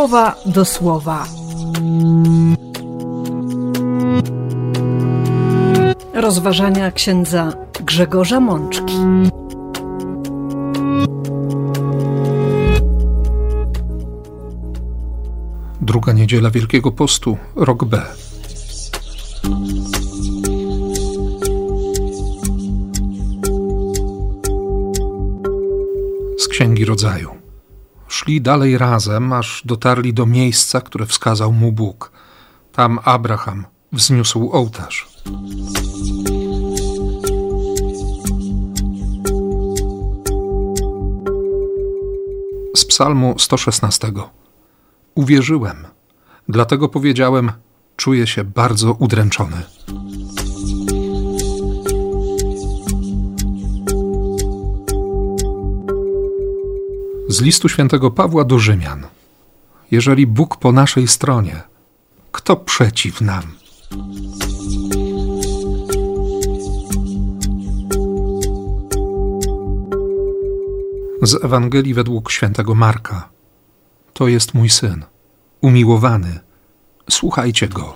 Słowa do słowa. Rozważania księdza Grzegorza Mączki. Druga niedziela Wielkiego Postu, rok B. Z Księgi Rodzaju. Szli dalej razem, aż dotarli do miejsca, które wskazał mu Bóg. Tam Abraham wzniósł ołtarz. Z Psalmu 116. Uwierzyłem, dlatego powiedziałem, czuję się bardzo udręczony. Z listu świętego Pawła do Rzymian. Jeżeli Bóg po naszej stronie, kto przeciw nam? Z Ewangelii według świętego Marka. To jest mój syn, umiłowany. Słuchajcie go.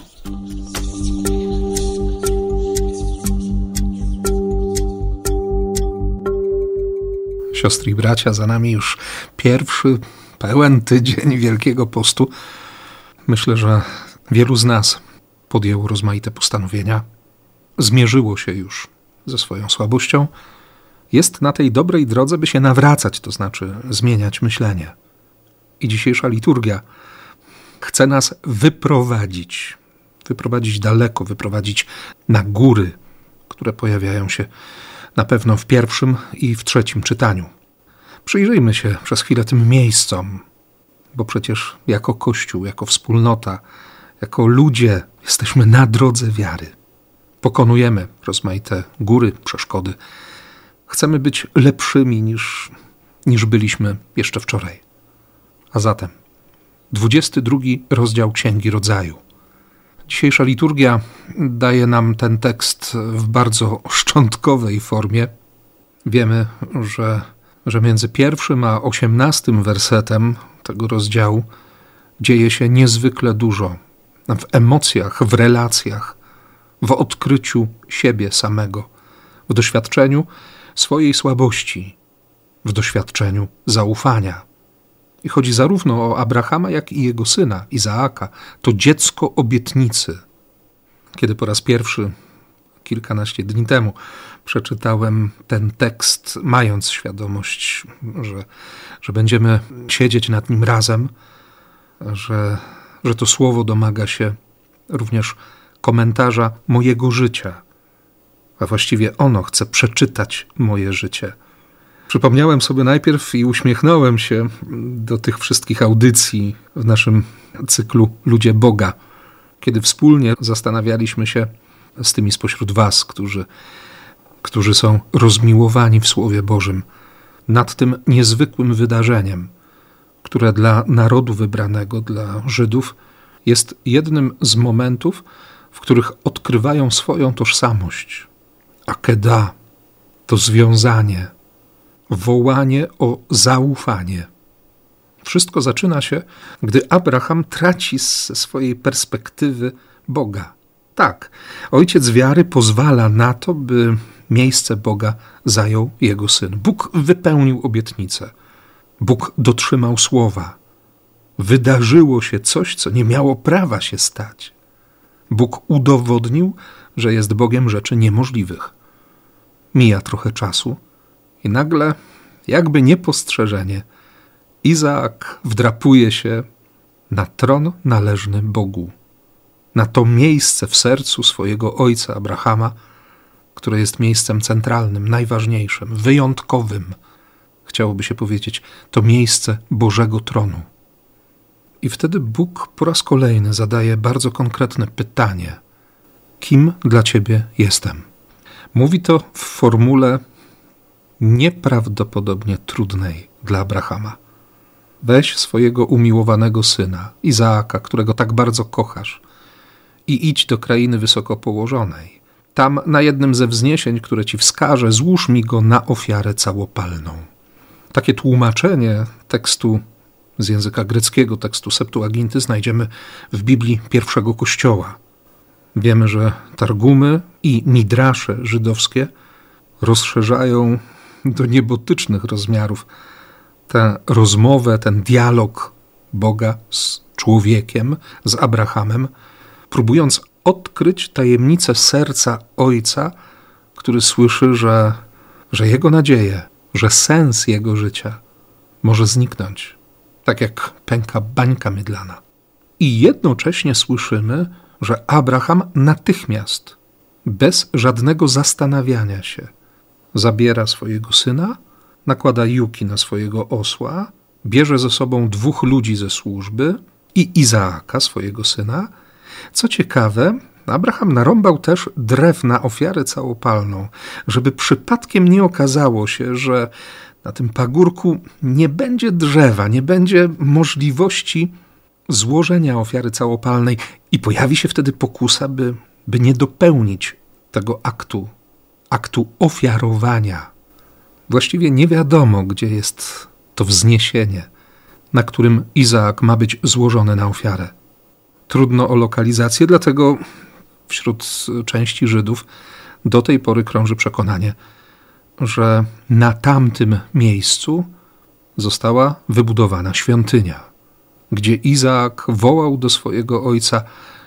Siostry i bracia, za nami już pierwszy pełen tydzień Wielkiego Postu. Myślę, że wielu z nas podjęło rozmaite postanowienia, zmierzyło się już ze swoją słabością, jest na tej dobrej drodze, by się nawracać, to znaczy zmieniać myślenie. I dzisiejsza liturgia chce nas wyprowadzić daleko, wyprowadzić na góry, które pojawiają się na pewno w pierwszym i w trzecim czytaniu. Przyjrzyjmy się przez chwilę tym miejscom, bo przecież jako Kościół, jako wspólnota, jako ludzie jesteśmy na drodze wiary. Pokonujemy rozmaite góry, przeszkody. Chcemy być lepszymi niż byliśmy jeszcze wczoraj. A zatem 22 rozdział Księgi Rodzaju. Dzisiejsza liturgia daje nam ten tekst w bardzo szczątkowej formie. Wiemy, że między 1 a 18 wersetem tego rozdziału dzieje się niezwykle dużo w emocjach, w relacjach, w odkryciu siebie samego, w doświadczeniu swojej słabości, w doświadczeniu zaufania. I chodzi zarówno o Abrahama, jak i jego syna, Izaaka. To dziecko obietnicy. Kiedy po raz pierwszy, kilkanaście dni temu, przeczytałem ten tekst, mając świadomość, że będziemy siedzieć nad nim razem, że to słowo domaga się również komentarza mojego życia, a właściwie ono chce przeczytać moje życie. Przypomniałem sobie najpierw i uśmiechnąłem się do tych wszystkich audycji w naszym cyklu Ludzie Boga, kiedy wspólnie zastanawialiśmy się z tymi spośród was, którzy są rozmiłowani w Słowie Bożym, nad tym niezwykłym wydarzeniem, które dla narodu wybranego, dla Żydów, jest jednym z momentów, w których odkrywają swoją tożsamość. Akeda to związanie, wołanie o zaufanie. Wszystko zaczyna się, gdy Abraham traci ze swojej perspektywy Boga. Tak, ojciec wiary pozwala na to, by miejsce Boga zajął jego syn. Bóg wypełnił obietnicę. Bóg dotrzymał słowa. Wydarzyło się coś, co nie miało prawa się stać. Bóg udowodnił, że jest Bogiem rzeczy niemożliwych. Mija trochę czasu i nagle, jakby niepostrzeżenie, Izaak wdrapuje się na tron należny Bogu, na to miejsce w sercu swojego ojca Abrahama, które jest miejscem centralnym, najważniejszym, wyjątkowym. Chciałoby się powiedzieć, to miejsce Bożego tronu. I wtedy Bóg po raz kolejny zadaje bardzo konkretne pytanie. Kim dla ciebie jestem? Mówi to w formule nieprawdopodobnie trudnej dla Abrahama. Weź swojego umiłowanego syna, Izaaka, którego tak bardzo kochasz, i idź do krainy wysoko położonej. Tam na jednym ze wzniesień, które ci wskażę, złóż mi go na ofiarę całopalną. Takie tłumaczenie tekstu z języka greckiego tekstu Septuaginty znajdziemy w Biblii pierwszego Kościoła. Wiemy, że targumy i midrasze żydowskie rozszerzają do niebotycznych rozmiarów tę rozmowę, ten dialog Boga z człowiekiem, z Abrahamem, próbując odkryć tajemnicę serca Ojca, który słyszy, że jego nadzieje, że sens jego życia może zniknąć, tak jak pęka bańka mydlana. I jednocześnie słyszymy, że Abraham natychmiast, bez żadnego zastanawiania się, zabiera swojego syna, nakłada juki na swojego osła, bierze ze sobą 2 ludzi ze służby i Izaaka, swojego syna. Co ciekawe, Abraham narąbał też drew na ofiarę całopalną, żeby przypadkiem nie okazało się, że na tym pagórku nie będzie drzewa, nie będzie możliwości złożenia ofiary całopalnej i pojawi się wtedy pokusa, by nie dopełnić tego aktu ofiarowania. Właściwie nie wiadomo, gdzie jest to wzniesienie, na którym Izaak ma być złożony na ofiarę. Trudno o lokalizację, dlatego wśród części Żydów do tej pory krąży przekonanie, że na tamtym miejscu została wybudowana świątynia, gdzie Izaak wołał do swojego ojca: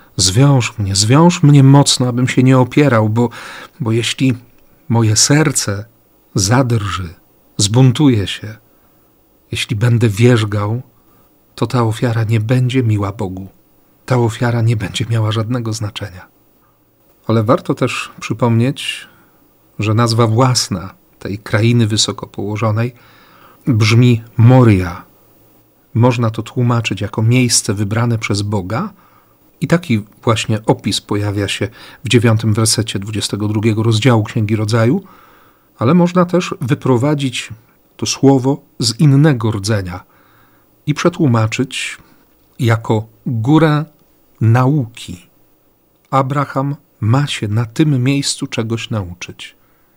zwiąż mnie mocno, abym się nie opierał, bo jeśli moje serce zadrży, zbuntuje się, jeśli będę wierzgał, to ta ofiara nie będzie miła Bogu. Ta ofiara nie będzie miała żadnego znaczenia. Ale warto też przypomnieć, że nazwa własna tej krainy wysoko położonej brzmi Moria. Można to tłumaczyć jako miejsce wybrane przez Boga i taki właśnie opis pojawia się w 9 wersecie 22 rozdziału Księgi Rodzaju, ale można też wyprowadzić to słowo z innego rdzenia i przetłumaczyć jako górę nauki. Abraham ma się na tym miejscu czegoś nauczyć.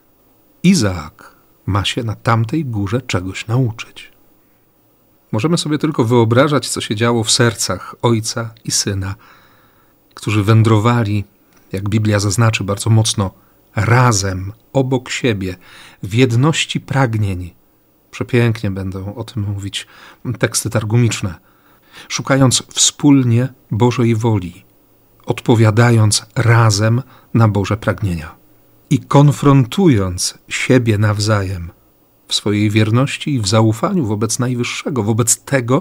Izaak ma się na tamtej górze czegoś nauczyć. Możemy sobie tylko wyobrażać, co się działo w sercach ojca i syna, którzy wędrowali, jak Biblia zaznaczy bardzo mocno, razem, obok siebie, w jedności pragnień. Przepięknie będą o tym mówić teksty targumiczne. Szukając wspólnie Bożej woli, odpowiadając razem na Boże pragnienia i konfrontując siebie nawzajem w swojej wierności i w zaufaniu wobec Najwyższego, wobec tego,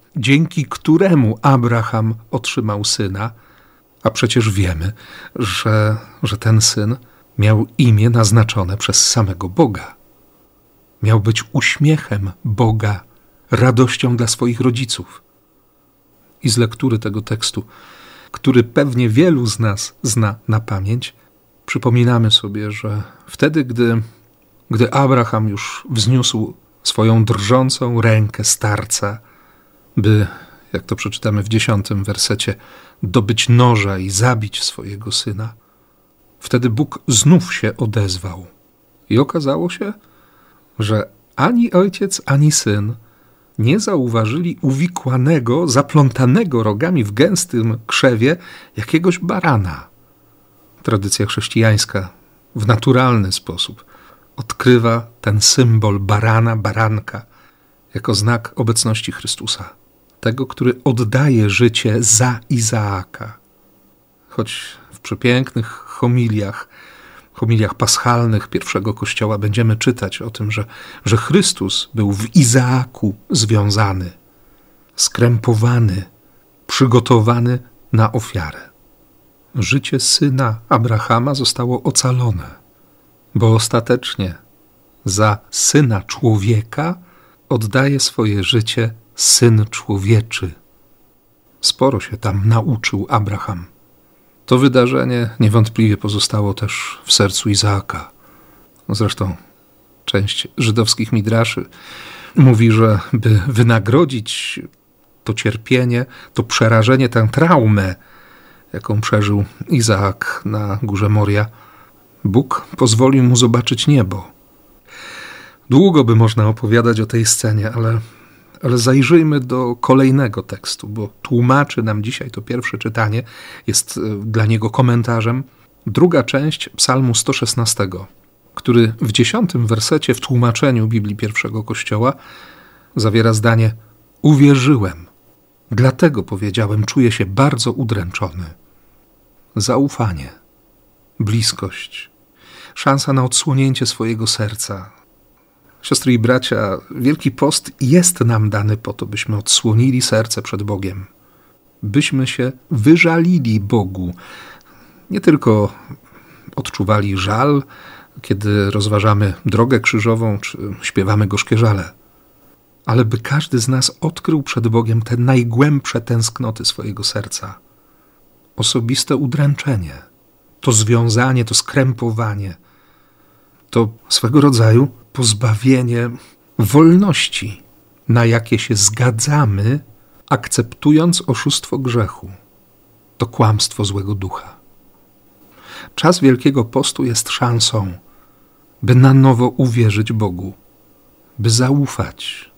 dzięki któremu otrzymał syna, a przecież wiemy, że ten syn miał imię naznaczone przez samego Boga. Miał być uśmiechem Boga, radością dla swoich rodziców. I z lektury tego tekstu, który pewnie wielu z nas zna na pamięć, przypominamy sobie, że wtedy, gdy Abraham już wzniósł swoją drżącą rękę starca, by, jak to przeczytamy w 10 wersecie, dobyć noża i zabić swojego syna, wtedy Bóg znów się odezwał. I okazało się, że ani ojciec, ani syn nie zauważyli uwikłanego, zaplątanego rogami w gęstym krzewie jakiegoś barana. Tradycja chrześcijańska w naturalny sposób odkrywa ten symbol barana, baranka, jako znak obecności Chrystusa, tego, który oddaje życie za Izaaka. Choć w przepięknych homiliach paschalnych pierwszego Kościoła będziemy czytać o tym, że Chrystus był w Izaaku związany, skrępowany, przygotowany na ofiarę. Życie syna Abrahama zostało ocalone, bo ostatecznie za syna człowieka oddaje swoje życie Syn Człowieczy. Sporo się tam nauczył Abraham. To wydarzenie niewątpliwie pozostało też w sercu Izaaka. Zresztą część żydowskich midraszy mówi, że by wynagrodzić to cierpienie, to przerażenie, tę traumę, jaką przeżył Izaak na górze Moria, Bóg pozwolił mu zobaczyć niebo. Długo by można opowiadać o tej scenie, Ale zajrzyjmy do kolejnego tekstu, bo tłumaczy nam dzisiaj to pierwsze czytanie, jest dla niego komentarzem. Druga część Psalmu 116, który w 10 wersecie w tłumaczeniu Biblii pierwszego Kościoła zawiera zdanie: uwierzyłem, dlatego powiedziałem, czuję się bardzo udręczony. Zaufanie, bliskość, szansa na odsłonięcie swojego serca. Siostry i bracia, Wielki Post jest nam dany po to, byśmy odsłonili serce przed Bogiem, byśmy się wyżalili Bogu, nie tylko odczuwali żal, kiedy rozważamy drogę krzyżową czy śpiewamy gorzkie żale, ale by każdy z nas odkrył przed Bogiem te najgłębsze tęsknoty swojego serca, osobiste udręczenie, to związanie, to skrępowanie, to swego rodzaju pozbawienie wolności, na jakie się zgadzamy, akceptując oszustwo grzechu, to kłamstwo złego ducha. Czas Wielkiego Postu jest szansą, by na nowo uwierzyć Bogu, by zaufać,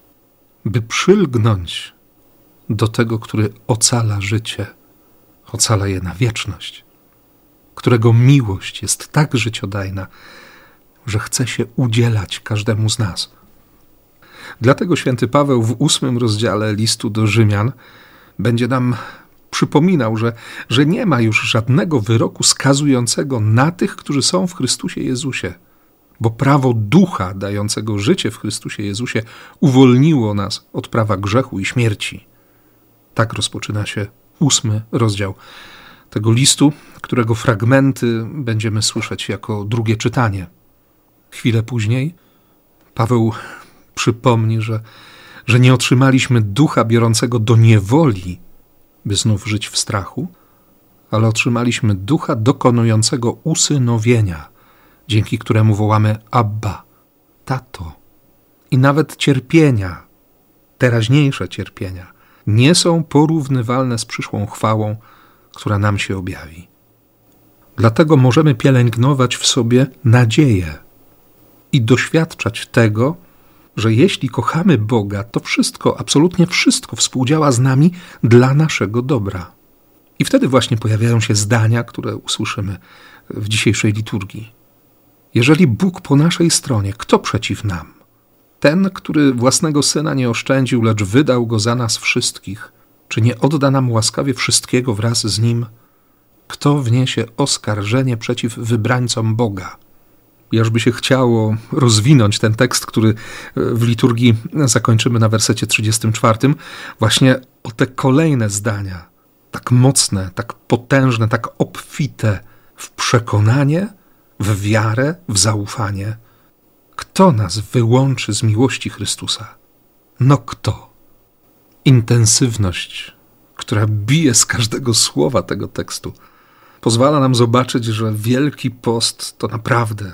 by przylgnąć do tego, który ocala życie, ocala je na wieczność, którego miłość jest tak życiodajna, że chce się udzielać każdemu z nas. Dlatego święty Paweł w 8 rozdziale listu do Rzymian będzie nam przypominał, że nie ma już żadnego wyroku skazującego na tych, którzy są w Chrystusie Jezusie, bo prawo ducha dającego życie w Chrystusie Jezusie uwolniło nas od prawa grzechu i śmierci. Tak rozpoczyna się 8 rozdział tego listu, którego fragmenty będziemy słyszeć jako drugie czytanie. Chwilę później Paweł przypomni, że nie otrzymaliśmy ducha biorącego do niewoli, by znów żyć w strachu, ale otrzymaliśmy ducha dokonującego usynowienia, dzięki któremu wołamy Abba, Tato. I nawet cierpienia, teraźniejsze cierpienia, nie są porównywalne z przyszłą chwałą, która nam się objawi. Dlatego możemy pielęgnować w sobie nadzieję i doświadczać tego, że jeśli kochamy Boga, to wszystko, absolutnie wszystko współdziała z nami dla naszego dobra. I wtedy właśnie pojawiają się zdania, które usłyszymy w dzisiejszej liturgii. Jeżeli Bóg po naszej stronie, kto przeciw nam? Ten, który własnego Syna nie oszczędził, lecz wydał Go za nas wszystkich, czy nie odda nam łaskawie wszystkiego wraz z Nim? Kto wniesie oskarżenie przeciw wybrańcom Boga? Jakby się chciało rozwinąć ten tekst, który w liturgii zakończymy na wersecie 34, właśnie o te kolejne zdania, tak mocne, tak potężne, tak obfite w przekonanie, w wiarę, w zaufanie. Kto nas wyłączy z miłości Chrystusa? No kto? Intensywność, która bije z każdego słowa tego tekstu, pozwala nam zobaczyć, że Wielki Post to naprawdę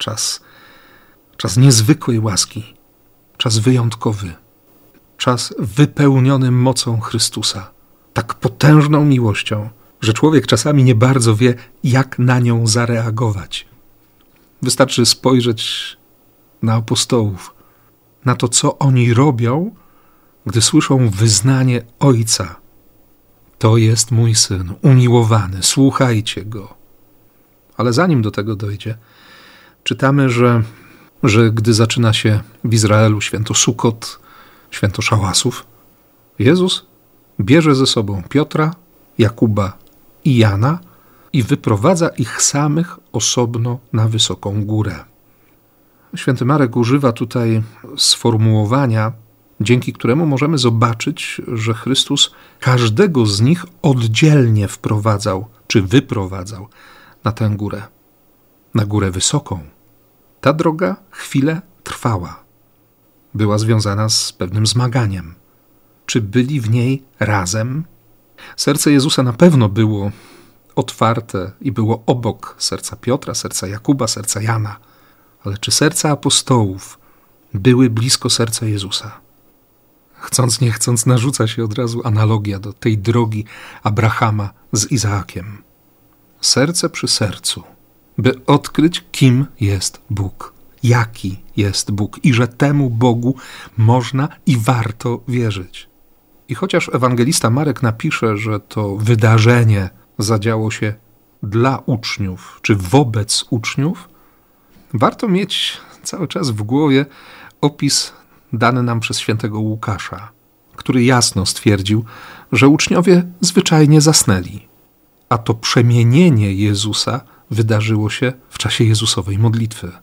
czas niezwykłej łaski, czas wyjątkowy, czas wypełniony mocą Chrystusa, tak potężną miłością, że człowiek czasami nie bardzo wie, jak na nią zareagować. Wystarczy spojrzeć na apostołów, na to, co oni robią, gdy słyszą wyznanie Ojca. To jest mój Syn, umiłowany, słuchajcie Go. Ale zanim do tego dojdzie, czytamy, że gdy zaczyna się w Izraelu święto Sukot, święto Szałasów, Jezus bierze ze sobą Piotra, Jakuba i Jana i wyprowadza ich samych osobno na wysoką górę. Święty Marek używa tutaj sformułowania, dzięki któremu możemy zobaczyć, że Chrystus każdego z nich oddzielnie wprowadzał czy wyprowadzał na tę górę, na górę wysoką. Ta droga chwilę trwała. Była związana z pewnym zmaganiem. Czy byli w niej razem? Serce Jezusa na pewno było otwarte i było obok serca Piotra, serca Jakuba, serca Jana. Ale czy serca apostołów były blisko serca Jezusa? Chcąc nie chcąc narzuca się od razu analogia do tej drogi Abrahama z Izaakiem. Serce przy sercu, by odkryć, kim jest Bóg jaki jest Bóg i że temu Bogu można i warto wierzyć. I chociaż ewangelista Marek napisze, że to wydarzenie zadziało się dla uczniów czy wobec uczniów, warto mieć cały czas w głowie opis dany nam przez świętego Łukasza, który jasno stwierdził, że uczniowie zwyczajnie zasnęli, a to przemienienie Jezusa wydarzyło się w czasie Jezusowej modlitwy.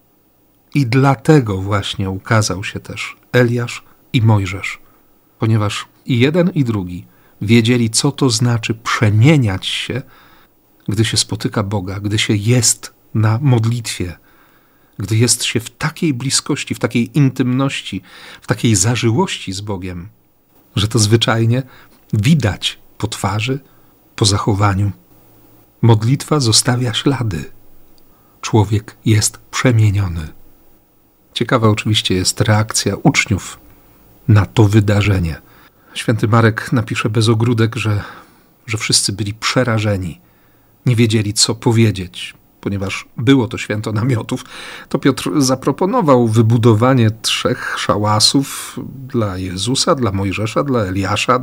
I dlatego właśnie ukazał się też Eliasz i Mojżesz, ponieważ i jeden i drugi wiedzieli, co to znaczy przemieniać się, gdy się spotyka Boga, gdy się jest na modlitwie, gdy jest się w takiej bliskości, w takiej intymności, w takiej zażyłości z Bogiem, że to zwyczajnie widać po twarzy, po zachowaniu. Modlitwa zostawia ślady. Człowiek jest przemieniony. Ciekawa oczywiście jest reakcja uczniów na to wydarzenie. Święty Marek napisze bez ogródek, że wszyscy byli przerażeni. Nie wiedzieli, co powiedzieć. Ponieważ było to święto namiotów, to Piotr zaproponował wybudowanie 3 szałasów dla Jezusa, dla Mojżesza, dla Eliasza.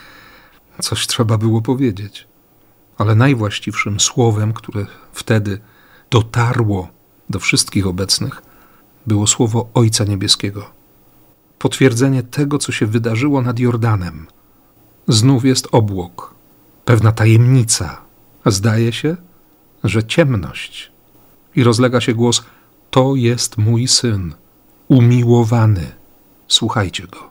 Coś trzeba było powiedzieć. Ale najwłaściwszym słowem, które wtedy dotarło do wszystkich obecnych, było słowo Ojca Niebieskiego. Potwierdzenie tego, co się wydarzyło nad Jordanem. Znów jest obłok, pewna tajemnica. Zdaje się, że ciemność. I rozlega się głos: to jest mój Syn, umiłowany. Słuchajcie Go.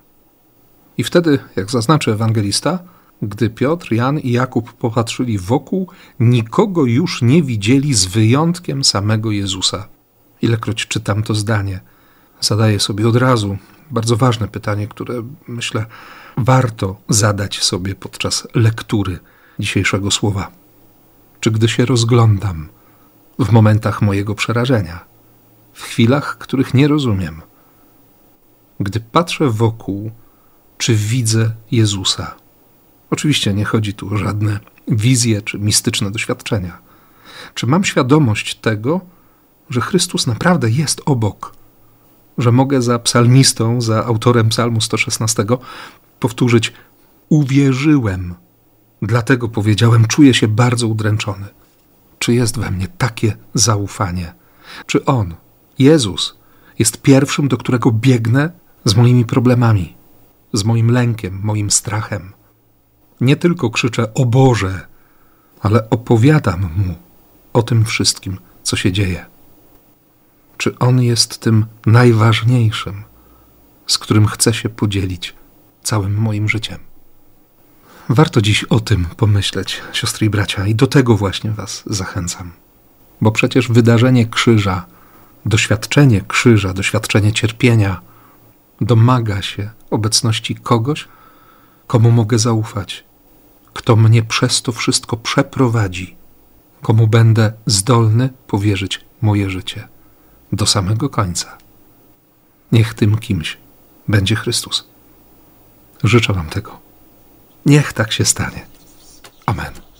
I wtedy, jak zaznaczy ewangelista, gdy Piotr, Jan i Jakub popatrzyli wokół, nikogo już nie widzieli z wyjątkiem samego Jezusa. Ilekroć czytam to zdanie, zadaję sobie od razu bardzo ważne pytanie, które, myślę, warto zadać sobie podczas lektury dzisiejszego słowa. Czy gdy się rozglądam w momentach mojego przerażenia, w chwilach, których nie rozumiem, gdy patrzę wokół, czy widzę Jezusa? Oczywiście nie chodzi tu o żadne wizje czy mistyczne doświadczenia. Czy mam świadomość tego, że Chrystus naprawdę jest obok? Że mogę za psalmistą, za autorem psalmu 116 powtórzyć: uwierzyłem, dlatego powiedziałem, czuję się bardzo udręczony. Czy jest we mnie takie zaufanie? Czy On, Jezus, jest pierwszym, do którego biegnę z moimi problemami, z moim lękiem, moim strachem? Nie tylko krzyczę: o Boże, ale opowiadam Mu o tym wszystkim, co się dzieje. Czy On jest tym najważniejszym, z którym chcę się podzielić całym moim życiem? Warto dziś o tym pomyśleć, siostry i bracia, i do tego właśnie was zachęcam. Bo przecież wydarzenie krzyża, doświadczenie cierpienia domaga się obecności kogoś, komu mogę zaufać, kto mnie przez to wszystko przeprowadzi, komu będę zdolny powierzyć moje życie do samego końca. Niech tym kimś będzie Chrystus. Życzę wam tego. Niech tak się stanie. Amen.